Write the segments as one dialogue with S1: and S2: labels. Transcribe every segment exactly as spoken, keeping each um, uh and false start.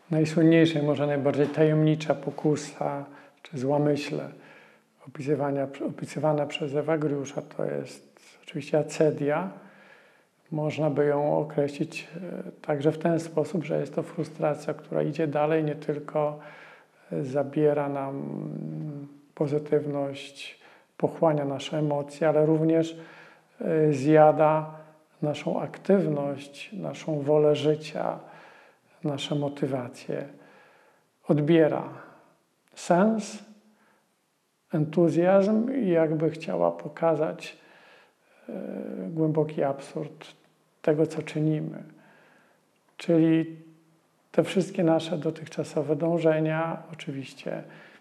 S1: najsłynniejsza i może najbardziej tajemnicza pokusa czy złamyśle opisywania, opisywana przez Ewagriusza to jest oczywiście acedia. Można by ją określić także w ten sposób, że jest to frustracja, która idzie dalej, nie tylko zabiera nam pozytywność, pochłania nasze emocje, ale również zjada naszą aktywność, naszą wolę życia, nasze motywacje. Odbiera sens, entuzjazm i jakby chciała pokazać głęboki absurd tego, co czynimy. Czyli te wszystkie nasze dotychczasowe dążenia, oczywiście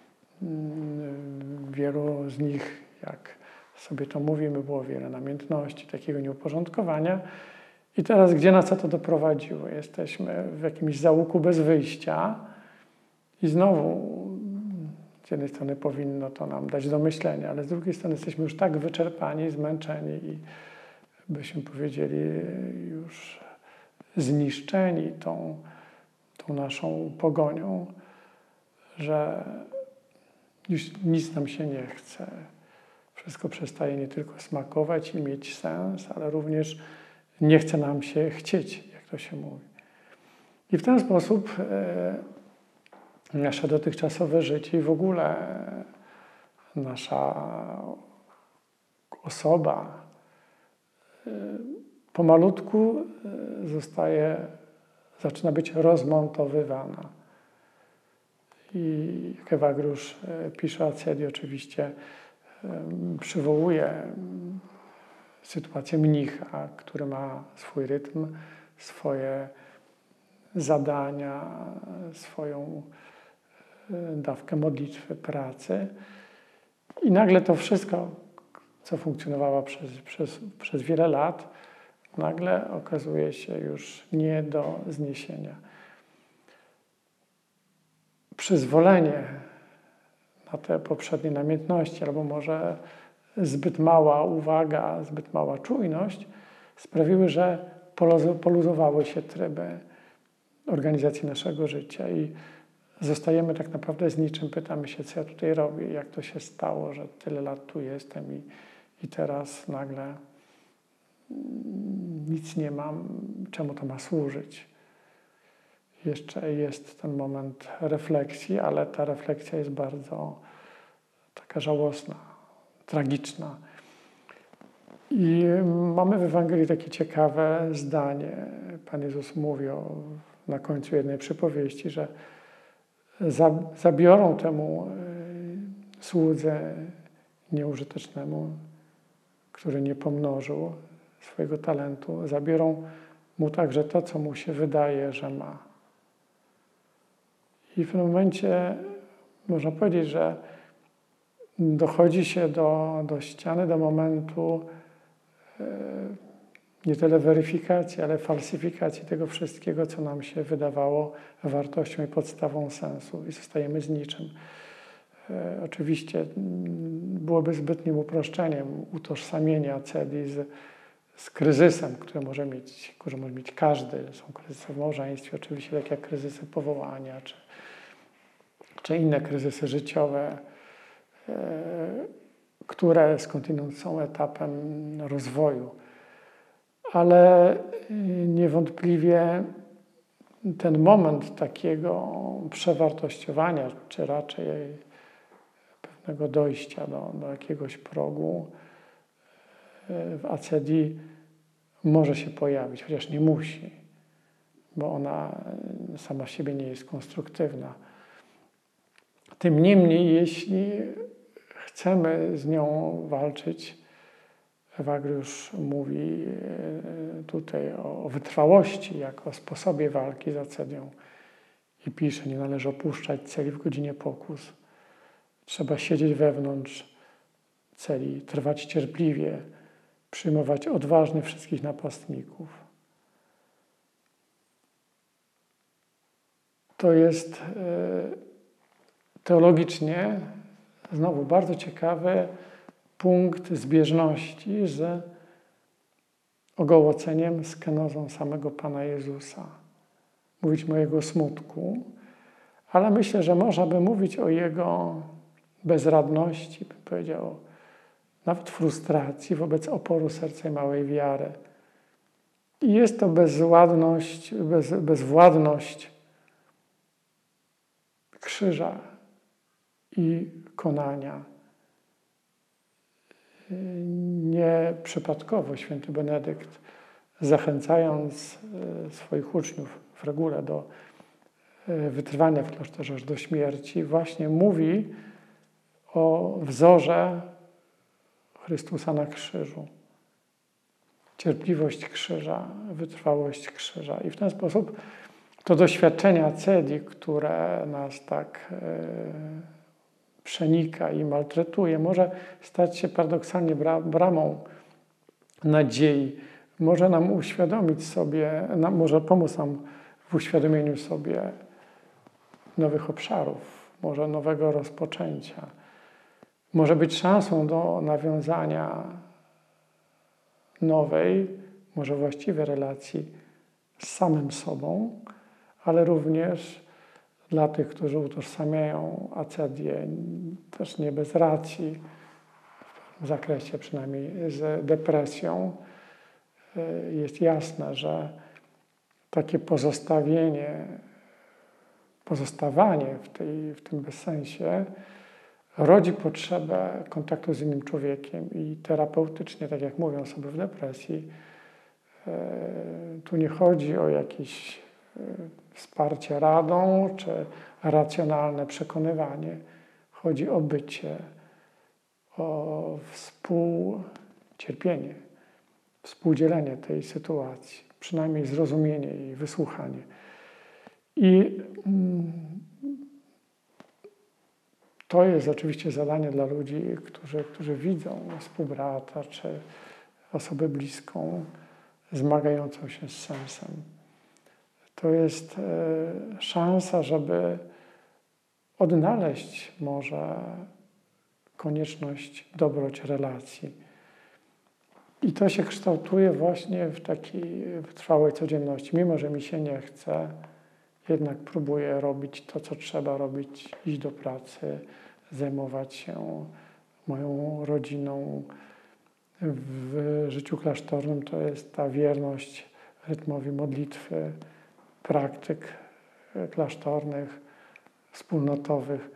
S1: wielu z nich, jak sobie to mówimy, było wiele namiętności, takiego nieuporządkowania. I teraz gdzie nas to doprowadziło? Jesteśmy w jakimś załuku bez wyjścia i znowu z jednej strony powinno to nam dać do myślenia, ale z drugiej strony jesteśmy już tak wyczerpani, zmęczeni i byśmy powiedzieli już zniszczeni tą, tą naszą pogonią, że już nic nam się nie chce. Wszystko przestaje nie tylko smakować i mieć sens, ale również nie chce nam się chcieć, jak to się mówi. I w ten sposób e, nasze dotychczasowe życie i w ogóle nasza osoba e, pomalutku e, zostaje, zaczyna być rozmontowywana. I jak Ewagriusz e, pisze o acedii, oczywiście e, przywołuje sytuację mnicha, który ma swój rytm, swoje zadania, swoją dawkę modlitwy, pracy. I nagle to wszystko, co funkcjonowało przez, przez, przez wiele lat, nagle okazuje się już nie do zniesienia. Przyzwolenie na te poprzednie namiętności, albo może zbyt mała uwaga, zbyt mała czujność sprawiły, że poluzowały się tryby organizacji naszego życia i zostajemy tak naprawdę z niczym. Pytamy się, co ja tutaj robię, jak to się stało, że tyle lat tu jestem i, i teraz nagle nic nie mam, czemu to ma służyć. Jeszcze jest ten moment refleksji, ale ta refleksja jest bardzo taka żałosna, tragiczna. I mamy w Ewangelii takie ciekawe zdanie. Pan Jezus mówi o, na końcu jednej przypowieści, że zabiorą temu słudze nieużytecznemu, który nie pomnożył swojego talentu, zabiorą mu także to, co mu się wydaje, że ma. I w tym momencie można powiedzieć, że dochodzi się do, do ściany, do momentu e, nie tyle weryfikacji, ale falsyfikacji tego wszystkiego, co nam się wydawało wartością i podstawą sensu i zostajemy z niczym. E, oczywiście byłoby zbytnim uproszczeniem utożsamienia acedii z, z kryzysem, który może mieć, który może mieć każdy. Są kryzysy w małżeństwie, oczywiście, tak jak kryzysy powołania, czy, czy inne kryzysy życiowe, które skądinąd są etapem rozwoju. Ale niewątpliwie ten moment takiego przewartościowania, czy raczej pewnego dojścia do, do jakiegoś progu w acedii może się pojawić, chociaż nie musi, bo ona sama z siebie nie jest konstruktywna. Tym niemniej, jeśli chcemy z nią walczyć, Ewagriusz mówi tutaj o wytrwałości jako sposobie walki z acedią i pisze, nie należy opuszczać celi w godzinie pokus. Trzeba siedzieć wewnątrz celi, trwać cierpliwie, przyjmować odważnie wszystkich napastników. To jest teologicznie znowu bardzo ciekawy punkt zbieżności z ogołoceniem, z kenozą samego Pana Jezusa. mówić o Jego smutku, ale myślę, że można by mówić o Jego bezradności, bym powiedział, nawet frustracji wobec oporu serca i małej wiary. I jest to bezładność, bez, bezwładność krzyża i konania. Nieprzypadkowo święty Benedykt, zachęcając swoich uczniów w regule do wytrwania w klasztorze aż do śmierci, właśnie mówi o wzorze Chrystusa na krzyżu. Cierpliwość krzyża, wytrwałość krzyża. I w ten sposób to doświadczenie acedii, które nas tak e, przenika i maltretuje, może stać się paradoksalnie bra bramą nadziei. Może nam uświadomić sobie, nam, może pomóc nam w uświadomieniu sobie nowych obszarów, może nowego rozpoczęcia. Może być szansą do nawiązania nowej, może właściwej relacji z samym sobą, ale również dla tych, którzy utożsamiają acedię też nie bez racji, w zakresie przynajmniej z depresją, jest jasne, że takie pozostawienie, pozostawanie w, tej, w tym bezsensie rodzi potrzebę kontaktu z innym człowiekiem i terapeutycznie, tak jak mówią osoby w depresji, tu nie chodzi o jakieś wsparcie radą czy racjonalne przekonywanie. Chodzi o bycie, o współcierpienie, współdzielenie tej sytuacji, przynajmniej zrozumienie i wysłuchanie. I to jest oczywiście zadanie dla ludzi, którzy, którzy widzą współbrata czy osobę bliską zmagającą się z sensem. To jest szansa, żeby odnaleźć może konieczność dobroć relacji. I to się kształtuje właśnie w takiej wytrwałej codzienności. Mimo że mi się nie chce, jednak próbuję robić to, co trzeba robić, iść do pracy, zajmować się moją rodziną. W życiu klasztornym to jest ta wierność rytmowi modlitwy, praktyk klasztornych, wspólnotowych.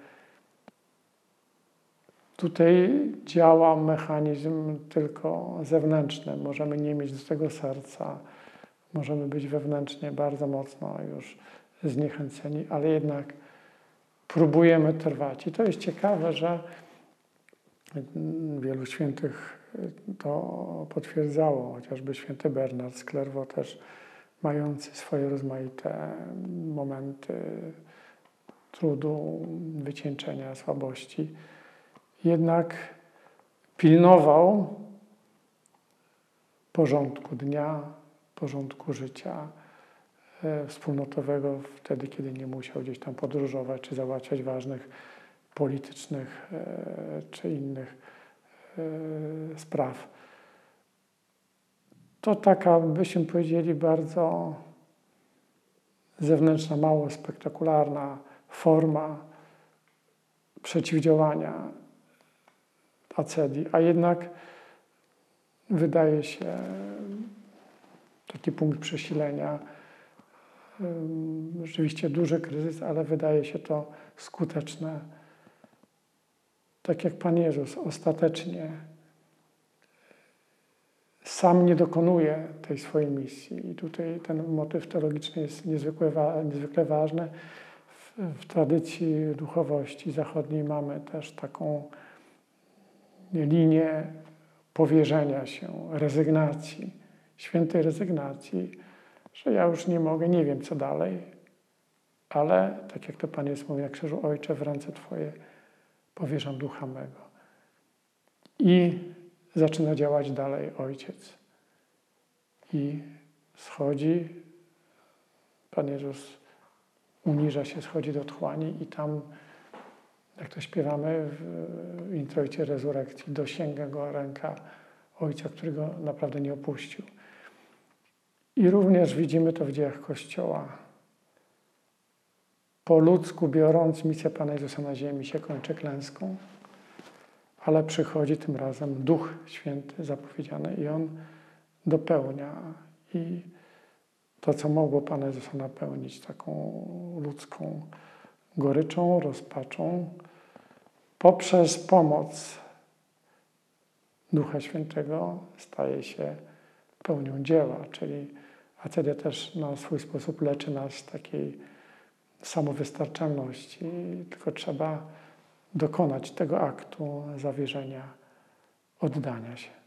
S1: Tutaj działa mechanizm tylko zewnętrzny. Możemy nie mieć do tego serca, możemy być wewnętrznie bardzo mocno już zniechęceni, ale jednak próbujemy trwać. I to jest ciekawe, że wielu świętych to potwierdzało, chociażby święty Bernard z Clairvaux też, mający swoje rozmaite momenty trudu, wycieńczenia, słabości. Jednak pilnował porządku dnia, porządku życia wspólnotowego wtedy, kiedy nie musiał gdzieś tam podróżować czy załatwiać ważnych politycznych czy innych spraw. To taka, byśmy powiedzieli, bardzo zewnętrzna, mało spektakularna forma przeciwdziałania acedii, a jednak wydaje się taki punkt przesilenia. Rzeczywiście duży kryzys, ale wydaje się to skuteczne. Tak jak Pan Jezus ostatecznie sam nie dokonuje tej swojej misji. I tutaj ten motyw teologiczny jest niezwykle, niezwykle ważny. W, w tradycji duchowości zachodniej mamy też taką linię powierzenia się, rezygnacji, świętej rezygnacji, że ja już nie mogę, nie wiem co dalej, ale tak jak to Pan Jezus mówi na krzyżu, Ojcze, w ręce Twoje powierzam ducha mego. I zaczyna działać dalej Ojciec. I schodzi, Pan Jezus uniża się, schodzi do otchłani i tam, jak to śpiewamy w introjcie rezurekcji, dosięga go ręka Ojca, który go naprawdę nie opuścił. I również widzimy to w dziejach Kościoła. po ludzku biorąc, misja Pana Jezusa na ziemi się kończy klęską, ale przychodzi tym razem Duch Święty zapowiedziany i On dopełnia. I to, co mogło Pana Jezusa napełnić taką ludzką goryczą, rozpaczą, poprzez pomoc Ducha Świętego staje się pełnią dzieła, czyli a wtedy też na swój sposób leczy nas z takiej samowystarczalności. Tylko trzeba dokonać tego aktu zawierzenia, oddania się.